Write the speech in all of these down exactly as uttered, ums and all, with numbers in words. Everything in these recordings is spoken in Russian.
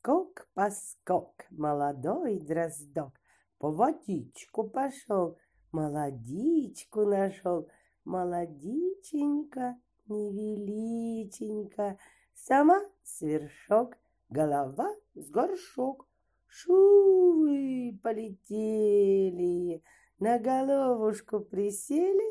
Скок-поскок, молодой дроздок по водичку пошел, молодичку нашел. Молодиченька, невеличенька, сама свершок, голова с горшок. Шувы полетели, на головушку присели.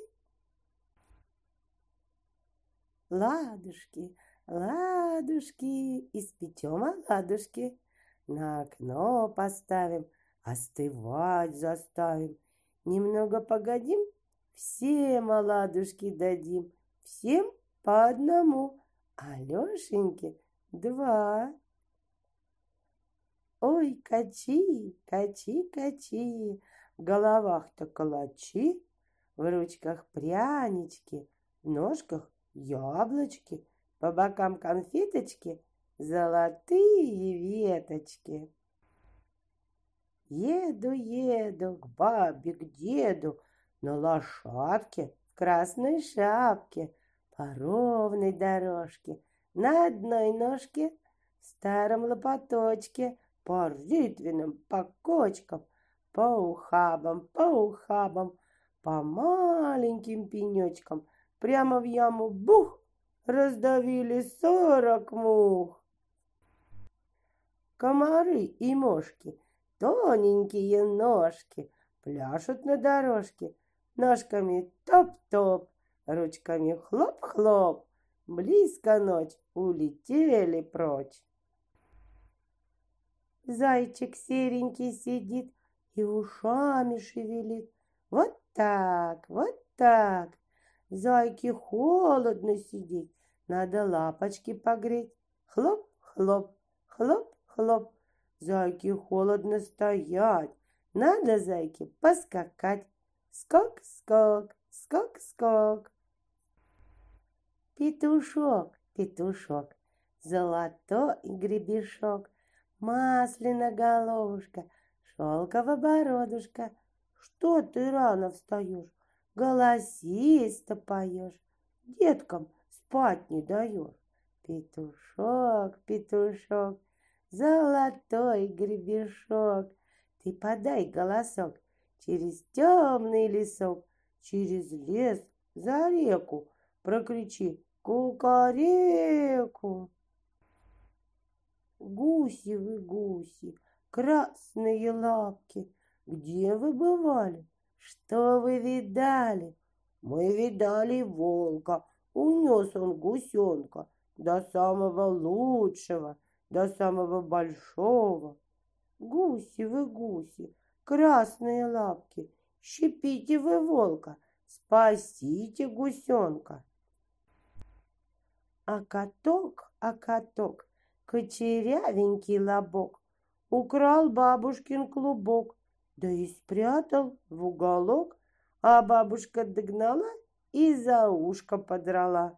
Ладушки, ладушки, испечем оладушки, на окно поставим, остывать заставим. Немного погодим, всем оладушки дадим, всем по одному, Алешеньке два. Ой, качи, качи, качи, в головах-то калачи, в ручках прянички, в ножках яблочки, по бокам конфеточки, золотые веточки. Еду, еду к бабе, к деду, на лошадке, в красной шапке, по ровной дорожке, на одной ножке, в старом лопаточке, по рытвинам, по кочкам, по ухабам, по ухабам, по маленьким пенечкам, прямо в яму бух, раздавили сорок мух. Комары и мошки, тоненькие ножки, пляшут на дорожке, ножками топ-топ, ручками хлоп-хлоп, близко ночь, улетели прочь. Зайчик серенький сидит и ушами шевелит. Вот так, вот так. Зайке холодно сидеть, надо лапочки погреть. Хлоп-хлоп, хлоп-хлоп. Зайке холодно стоять, надо зайке поскакать. Скок-скок, скок-скок. Петушок, петушок, золотой гребешок, масляная головушка, шелковая бородушка. Что ты рано встаешь, голосисто поешь, деткам спать не даешь? Петушок, петушок, золотой гребешок, ты подай голосок через темный лесок, через лес за реку, прокричи кукареку. Гуси вы, гуси, красные лапки, где вы бывали? Что вы видали? Мы видали волка, унес он гусенка до самого лучшего, до самого большого. Гуси вы, гуси, красные лапки, щипите вы волка, спасите гусенка. А каток, а каток, кучерявенький лобок, украл бабушкин клубок, да и спрятал в уголок, а бабушка догнала и за ушко подрала.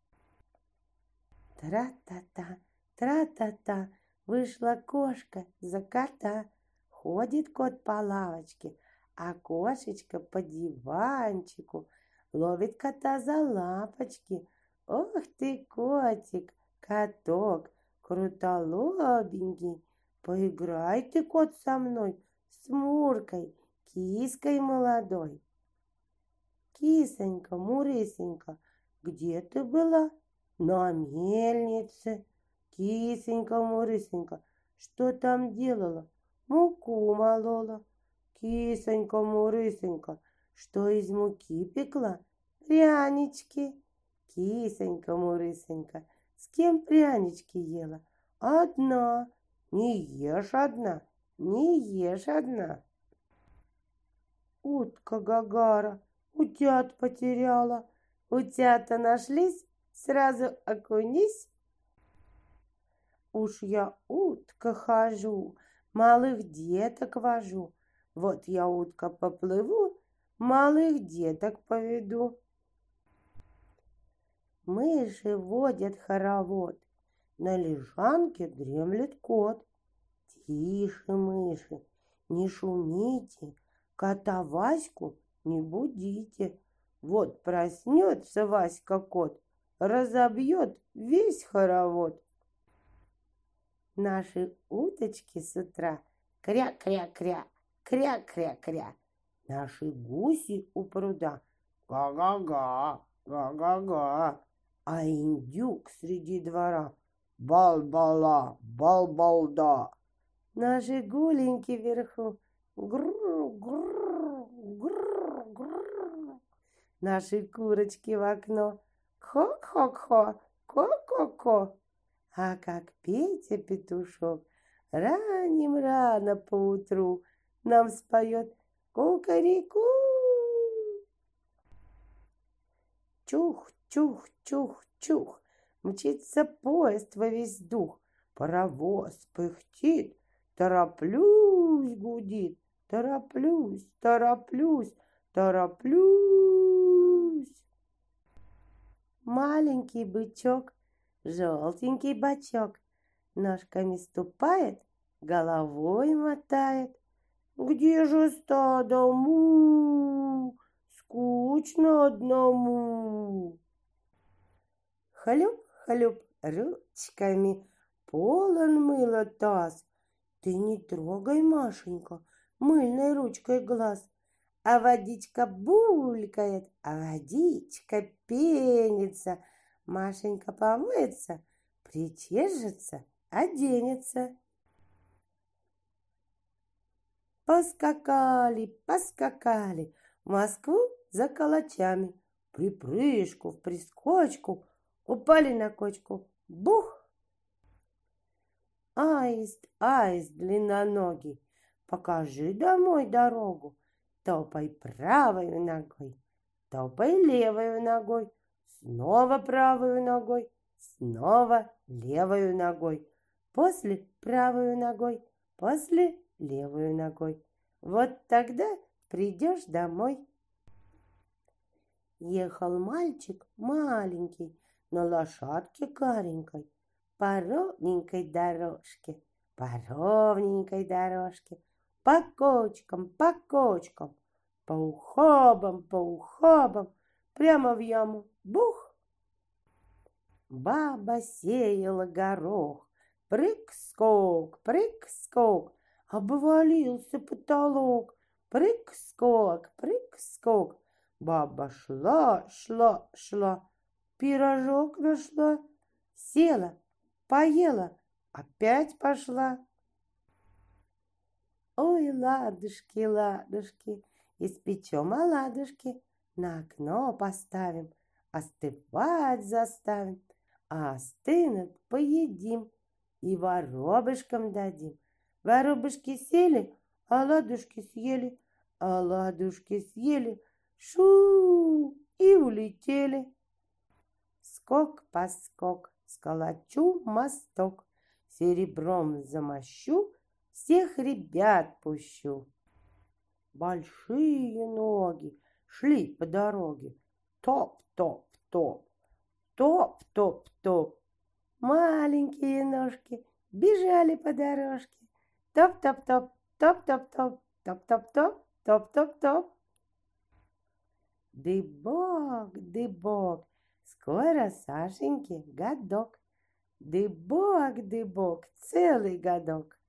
Тра-та-та, тра-та-та, вышла кошка за кота. Ходит кот по лавочке, а кошечка по диванчику, ловит кота за лапочки. Ох ты, котик, каток, крутолобенький, поиграй ты, кот, со мной, с Муркой, киской молодой. Кисонька, Мурысенька, где ты была? На мельнице. Кисонька, Мурысенька, что там делала? Муку молола. Кисонька, Мурысенька, что из муки пекла? Прянички. Кисонька, Мурысенька, с кем прянички ела? Одна. Не ешь одна, не ешь одна. Утка Гагара утят потеряла. Утята нашлись, сразу окунись. Уж я утка хожу, малых деток вожу. Вот я утка поплыву, малых деток поведу. Мыши водят хоровод, на лежанке дремлет кот. Тише, мыши, не шумите, кота Ваську не будите. Вот проснется Васька кот, разобьет весь хоровод. Наши уточки с утра кря-кря-кря, кря-кря-кря. Наши гуси у пруда га-га-га, га-га-га. А индюк среди двора бал-бала, бал-балда. Наши гуленьки вверху гррр-гррр, гррр-гррр. Наши курочки в окно хо-хо-хо, ко-ко-ко. А как Петя петушок ранним рано поутру нам споет кукареку. Чух, чух, чух, чух, мчится поезд во весь дух, паровоз пыхтит, тороплюсь гудит, тороплюсь, тороплюсь, тороплюсь. Маленький бычок, желтенький бочок, ножками ступает, головой мотает. Где же стадо му? Скучно одному. Хлюп-хлюп ручками, полон мыла таз. Ты не трогай, Машенька, мыльной ручкой глаз. А водичка булькает, а водичка пенится. Машенька помыется, причешется, оденется. Поскакали, поскакали в Москву за калачами. Припрыжку, в прискочку упали на кочку. Бух! Аист, аист длинноногий, покажи домой дорогу. Топай правой ногой, топай левой ногой, снова правой ногой, снова левой ногой, после правой ногой, после левой ногой. Вот тогда придешь домой. Ехал мальчик маленький на лошадке каренькой по ровненькой дорожке, по ровненькой дорожке, по кочкам, по кочкам, по ухабам, по ухабам, прямо в яму. Бух! Баба сеяла горох, прыг-скок, прыг-скок, обвалился потолок, прыг-скок, прыг-скок. Баба шла, шла, шла, пирожок нашла, села, поела, опять пошла. Ой, ладушки, ладушки, испечем оладушки, на окно поставим, остывать заставим, а остынут поедим и воробушкам дадим. Воробушки сели, оладушки съели, оладушки съели, шу, и улетели. Скок-поскок, сколочу мосток, серебром замощу, всех ребят пущу. Большие ноги шли по дороге, топ-топ-топ, топ-топ-топ. Маленькие ножки бежали по дорожке, топ-топ-топ, топ-топ-топ, топ-топ-топ, топ-топ-топ. Дыбок, дыбок, скоро Сашеньке годок. Дыбок, дыбок, целый годок.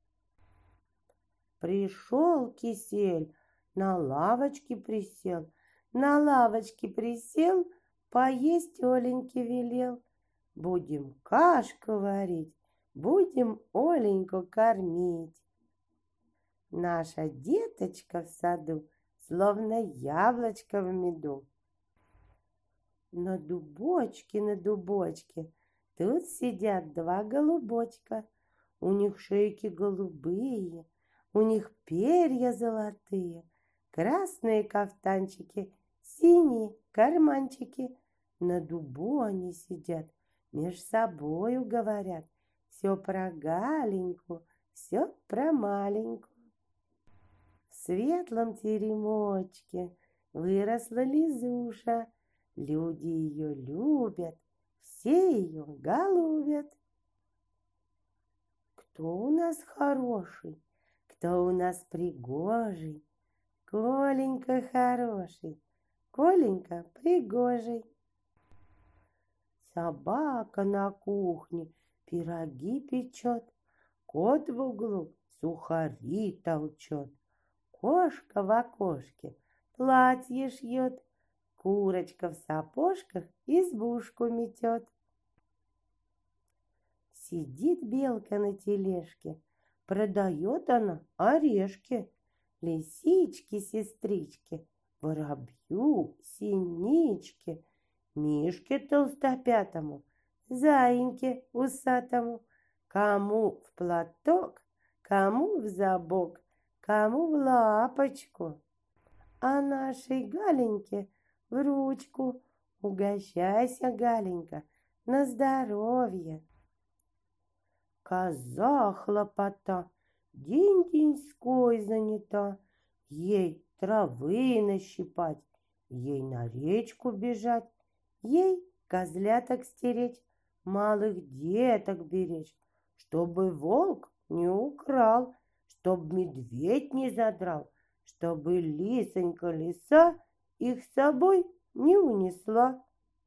Пришел кисель, на лавочке присел, на лавочке присел, поесть Оленьке велел. Будем кашку варить, будем Оленьку кормить. Наша деточка в саду, словно яблочко в меду. На дубочке, на дубочке, тут сидят два голубочка. У них шейки голубые, у них перья золотые, красные кафтанчики, синие карманчики. На дубу они сидят, меж собою говорят, все про Галеньку, все про маленькую. В светлом теремочке выросла Лизуша, люди ее любят, все ее голубят. Кто у нас хороший, кто у нас пригожий? Коленька хороший, Коленька пригожий. Собака на кухне пироги печет, Кот в углу сухари толчет. Кошка в окошке платье шьет. Курочка в сапожках избушку метет. Сидит белка на тележке, продает она орешки. Лисички, сестрички, воробью, синички, Мишке толстопятому, заиньке усатому, кому в платок, кому в забок, кому в лапочку. А нашей Галеньке в ручку. Угощайся, Галенька, на здоровье. Коза хлопота, день-деньской занята. Ей травы нащипать, ей на речку бежать, ей козляток стеречь, малых деток беречь, чтобы волк не украл, чтоб медведь не задрал, чтобы лисонька лиса их с собой не унесла.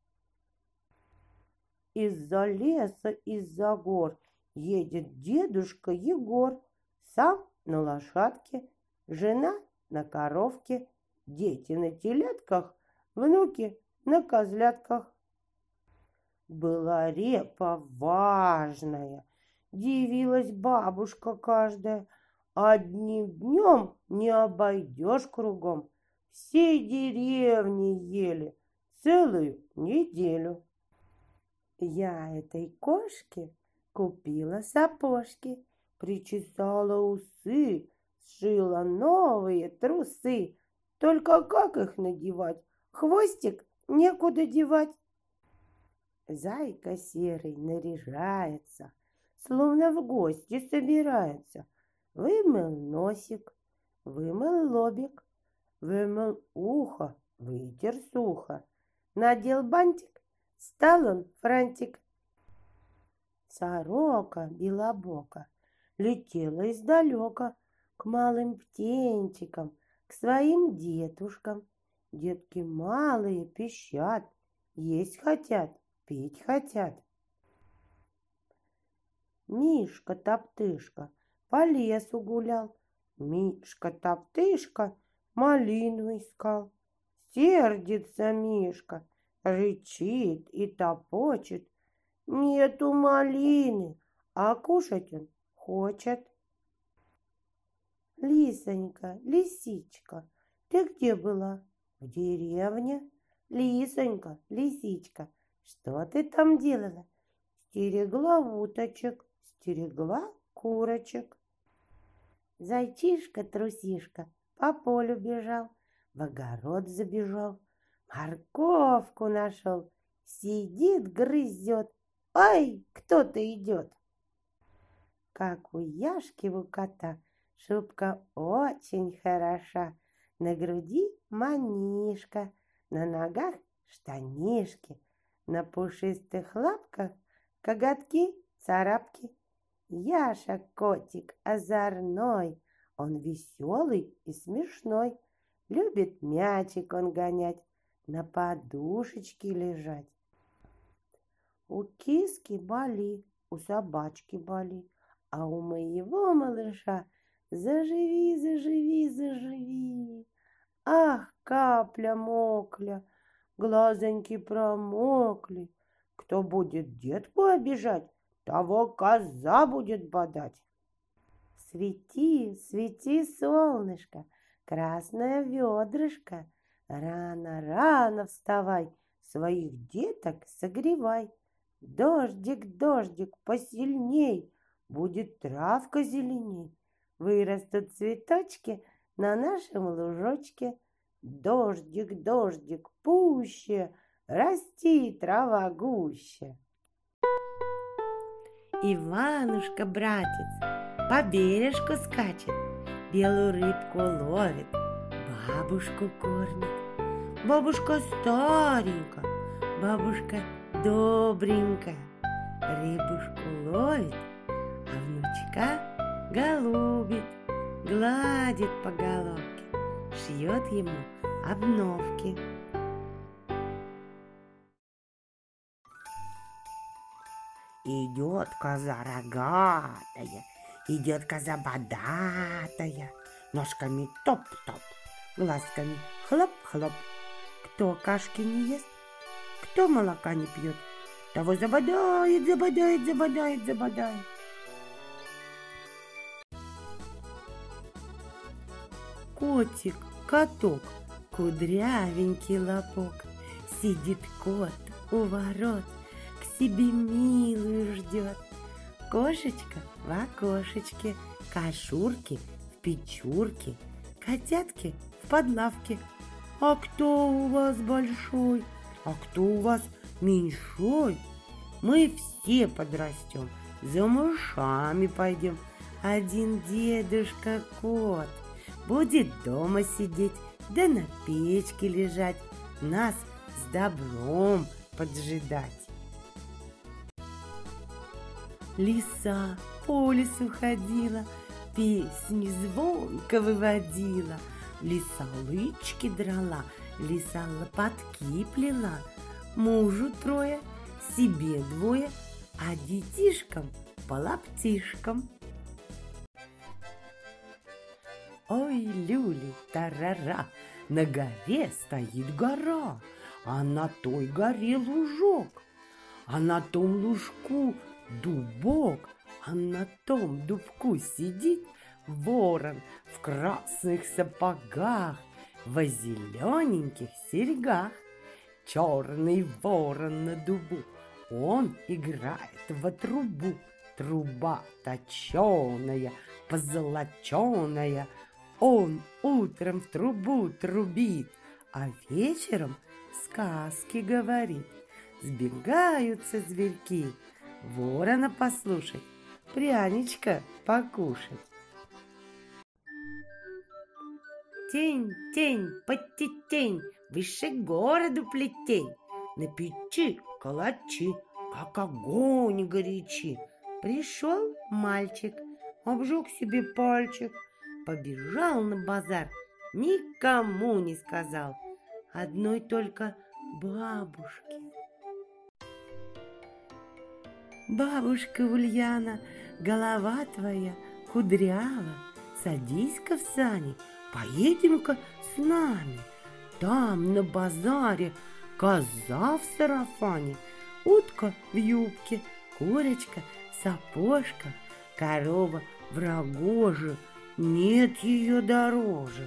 Из-за леса, из-за гор едет дедушка Егор, сам на лошадке, жена на коровке, дети на телятках, внуки на козлятках. Была репа важная, дивилась бабушка каждая. Одним днем не обойдешь кругом, всей деревни ели целую неделю. Я этой кошке купила сапожки, причесала усы, сшила новые трусы. Только как их надевать? Хвостик некуда девать. Зайка серый наряжается, словно в гости собирается. Вымыл носик, вымыл лобик, вымыл ухо, вытер сухо. Надел бантик, стал он франтик. Сорока белобока летела издалека к малым птенчикам, к своим детушкам. Детки малые пищат, есть хотят, пить хотят. Мишка-топтышка по лесу гулял, Мишка-топтышка малину искал. Сердится Мишка, рычит и топочет. Нету малины, а кушать он хочет. Лисонька, лисичка, ты где была? В деревне. Лисонька, лисичка, что ты там делала? Стерегла уточек, стерегла курочек. Зайчишка-трусишка по полю бежал, в огород забежал, морковку нашел, сидит, грызет. Ай, кто-то идет. Как у Яшки, у кота, шубка очень хороша. На груди манишка, на ногах штанишки, на пушистых лапках коготки, царапки. Яша котик озорной, он веселый и смешной. Любит мячик он гонять, на подушечке лежать. У киски боли, у собачки боли, а у моего малыша заживи, заживи, заживи. Ах, капля-мокля, глазоньки промокли. Кто будет детку обижать, того коза будет бодать. Свети, свети, солнышко, красное ведрышко, рано-рано вставай, своих деток согревай. Дождик, дождик, посильней, будет травка зеленей. Вырастут цветочки на нашем лужочке. Дождик, дождик, пуще, расти трава гуще. Иванушка, братец, по бережку скачет, белую рыбку ловит, бабушку кормит. Бабушка старенькая, бабушка добренькая, рыбушку ловит, а внучка голубит, гладит по головке, шьет ему обновки. Идет коза рогатая, Идет коза бодатая, ножками топ-топ, глазками хлоп-хлоп. Кто кашки не ест, кто молока не пьет, того забодает, забодает, забодает, забодает. Котик, каток, кудрявенький лобок, сидит кот у ворот, к себе милую ждет. Кошечка в окошечке, кошурки в печурке, котятки в подлавке. А кто у вас большой, а кто у вас меньшой? Мы все подрастем, за мышами пойдем. Один дедушка кот будет дома сидеть, да на печке лежать, нас с добром поджидать. Лиса по лесу ходила, песни звонко выводила. Лиса лычки драла, лиса лопатки плела. Мужу трое, себе двое, а детишкам по лаптишкам. Ой, люли, тарара, на горе стоит гора, а на той горе лужок, а на том лужку дубок, а на том дубку сидит ворон в красных сапогах, во зелененьких серьгах. Черный ворон на дубу, он играет во трубу. Труба точеная, позолоченая, он утром в трубу трубит, а вечером сказки говорит. Сбегаются зверьки ворона послушать, пряничка покушать. Тень, тень, подтетень, выше городу плетень, на печи калачи, как огонь горячи. Пришел мальчик, обжег себе пальчик, побежал на базар, никому не сказал, одной только бабушке. Бабушка Ульяна, голова твоя кудрява, садись-ка в сани, поедем-ка с нами. Там на базаре коза в сарафане, утка в юбке, курочка в сапожках, корова в рогоже, нет ее дороже.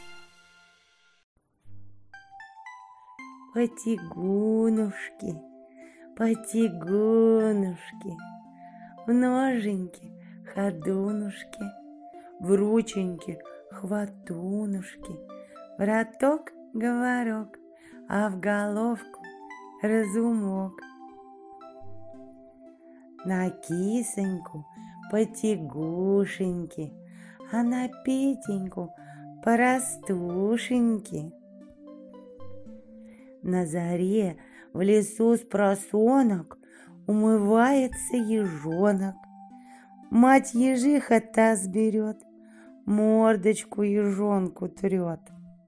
Потягунушки, потягунушки, в ноженьки ходунушки, в рученьки хватунушки, в роток говорок, а в головку разумок. На кисоньку потягушеньки, а на Петеньку порастушеньки. На заре в лесу с просонок умывается ежонок. Мать ежиха таз берет, мордочку ежонку трет.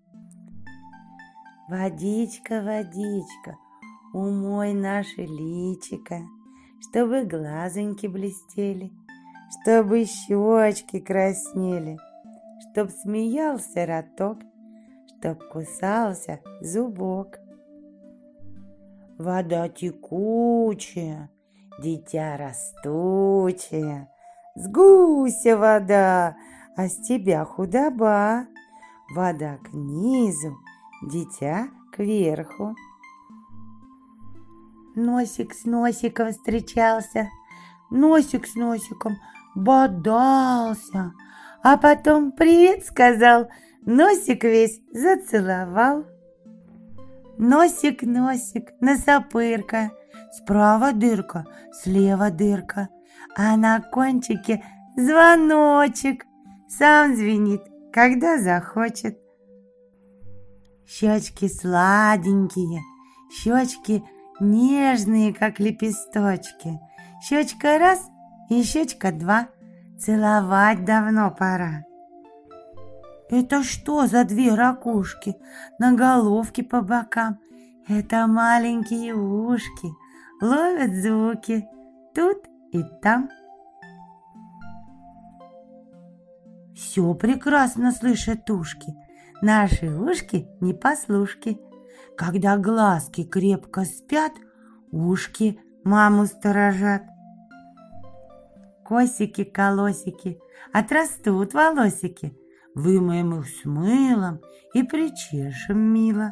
Водичка, водичка, умой наше личико, чтобы глазоньки блестели, чтобы щечки краснели, чтоб смеялся роток, чтоб кусался зубок. Вода текучая, дитя растучая, с гуся вода, а с тебя худоба. Вода к низу, дитя кверху. Носик с носиком встречался, носик с носиком бодался, а потом привет сказал, носик весь зацеловал. Носик, носик, носопырка, справа дырка, слева дырка, а на кончике звоночек, сам звенит, когда захочет. Щечки сладенькие, щечки нежные, как лепесточки. Щечка раз и щечка два, целовать давно пора. Это что за две ракушки на головке по бокам? Это маленькие ушки, ловят звуки тут и там. Все прекрасно слышат ушки, наши ушки не послушки. Когда глазки крепко спят, ушки маму сторожат. Косики-колосики, отрастут волосики, вымоем их с мылом и причешем мило.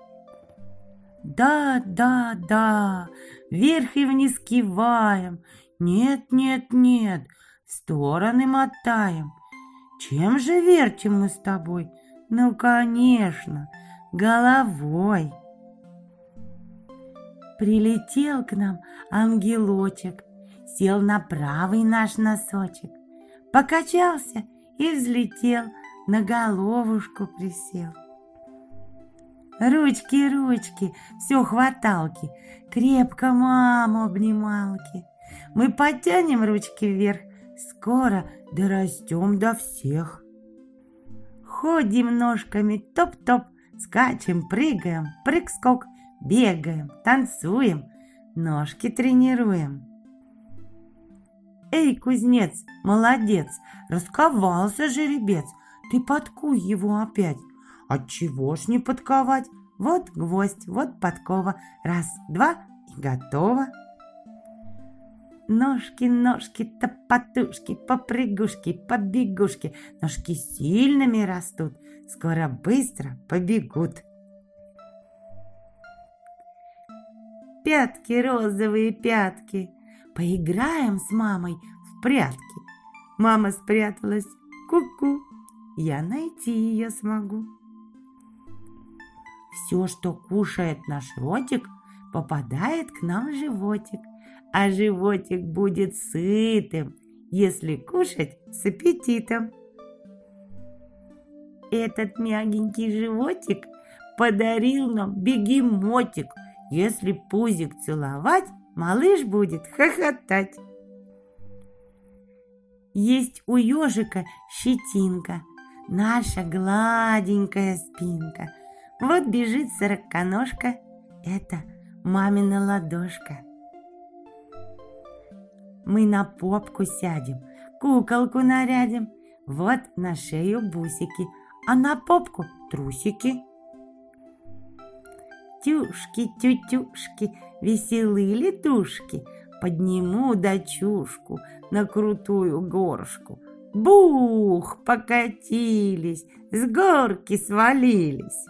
Да, да, да, вверх и вниз киваем, нет, нет, нет, в стороны мотаем. Чем же вертим мы с тобой? Ну, конечно, головой. Прилетел к нам ангелочек, сел на правый наш носочек, покачался и взлетел, на головушку присел. Ручки, ручки, все хваталки, крепко маму обнималки. Мы подтянем ручки вверх, скоро дорастем до всех. Ходим ножками топ-топ, скачем, прыгаем, прыг-скок, бегаем, танцуем, ножки тренируем. Эй, кузнец, молодец, расковался жеребец, ты подкуй его опять. Отчего ж не подковать? Вот гвоздь, вот подкова, раз, два и готово. Ножки, ножки, топотушки, попрыгушки, побегушки, ножки сильными растут, скоро быстро побегут. Пятки, розовые пятки, поиграем с мамой в прятки. Мама спряталась, ку-ку, я найти ее смогу. Все, что кушает наш ротик, попадает к нам в животик, а животик будет сытым, если кушать с аппетитом. Этот мягенький животик подарил нам бегемотик. Если пузик целовать, малыш будет хохотать. Есть у ежика щетинка, наша гладенькая спинка. Вот бежит сороконожка, это мамина ладошка. Мы на попку сядем, куколку нарядим, вот на шею бусики, а на попку трусики. Тюшки-тютюшки, веселые летушки, подниму дочушку на крутую горушку. Бух, покатились, с горки свалились.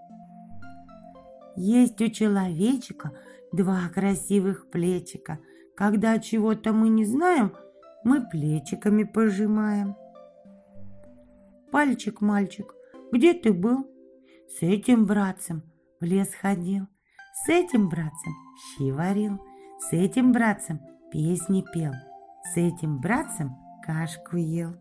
Есть у человечка два красивых плечика. Когда чего-то мы не знаем, мы плечиками пожимаем. Пальчик-мальчик, где ты был? С этим братцем в лес ходил, с этим братцем щи варил, с этим братцем песни пел, с этим братцем кашку ел.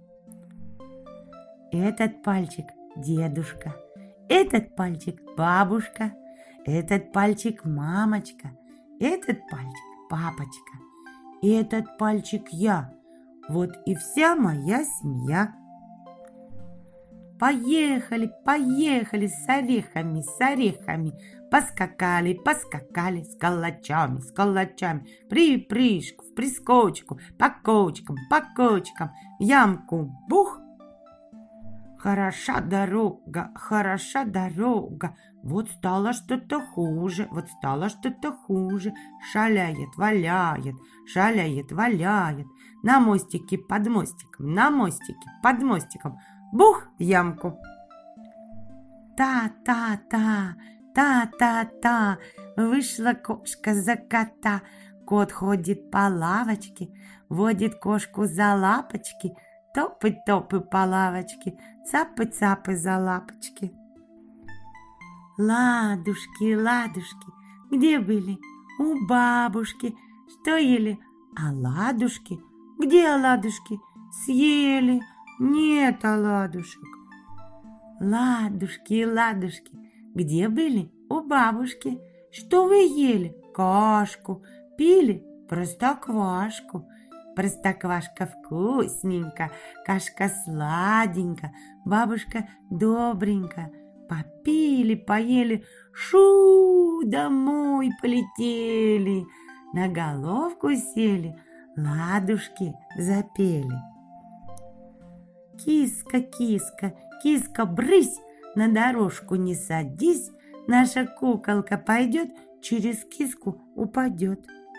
Этот пальчик дедушка, этот пальчик бабушка, этот пальчик мамочка, этот пальчик папочка, этот пальчик я, вот и вся моя семья. Поехали, поехали с орехами, с орехами, поскакали, поскакали с калачами, с калачами, припрыжку, в прискочку, по кочкам, по кочкам, ямку, бух. Хороша дорога, хороша дорога, вот стало что-то хуже, вот стало что-то хуже, шаляет, валяет, шаляет, валяет, на мостике под мостиком, на мостике под мостиком, бух в ямку. Та-та-та, та-та-та, вышла кошка за кота. Кот ходит по лавочке, водит кошку за лапочки, топы-топы по лавочке, цапы-цапы за лапочки. Ладушки, ладушки, где были? У бабушки. Что ели? Оладушки. Где оладушки? Съели. Нет оладушек. Ладушки, ладушки, где были? У бабушки. Что вы ели? Кашку. Пили? Простоквашку. Простоквашка вкусненько, кашка сладенько, бабушка добренько. Попили, поели, шу, домой полетели, на головку сели, ладушки запели. Киска, киска, киска, брысь, на дорожку не садись, наша куколка пойдет, через киску упадет.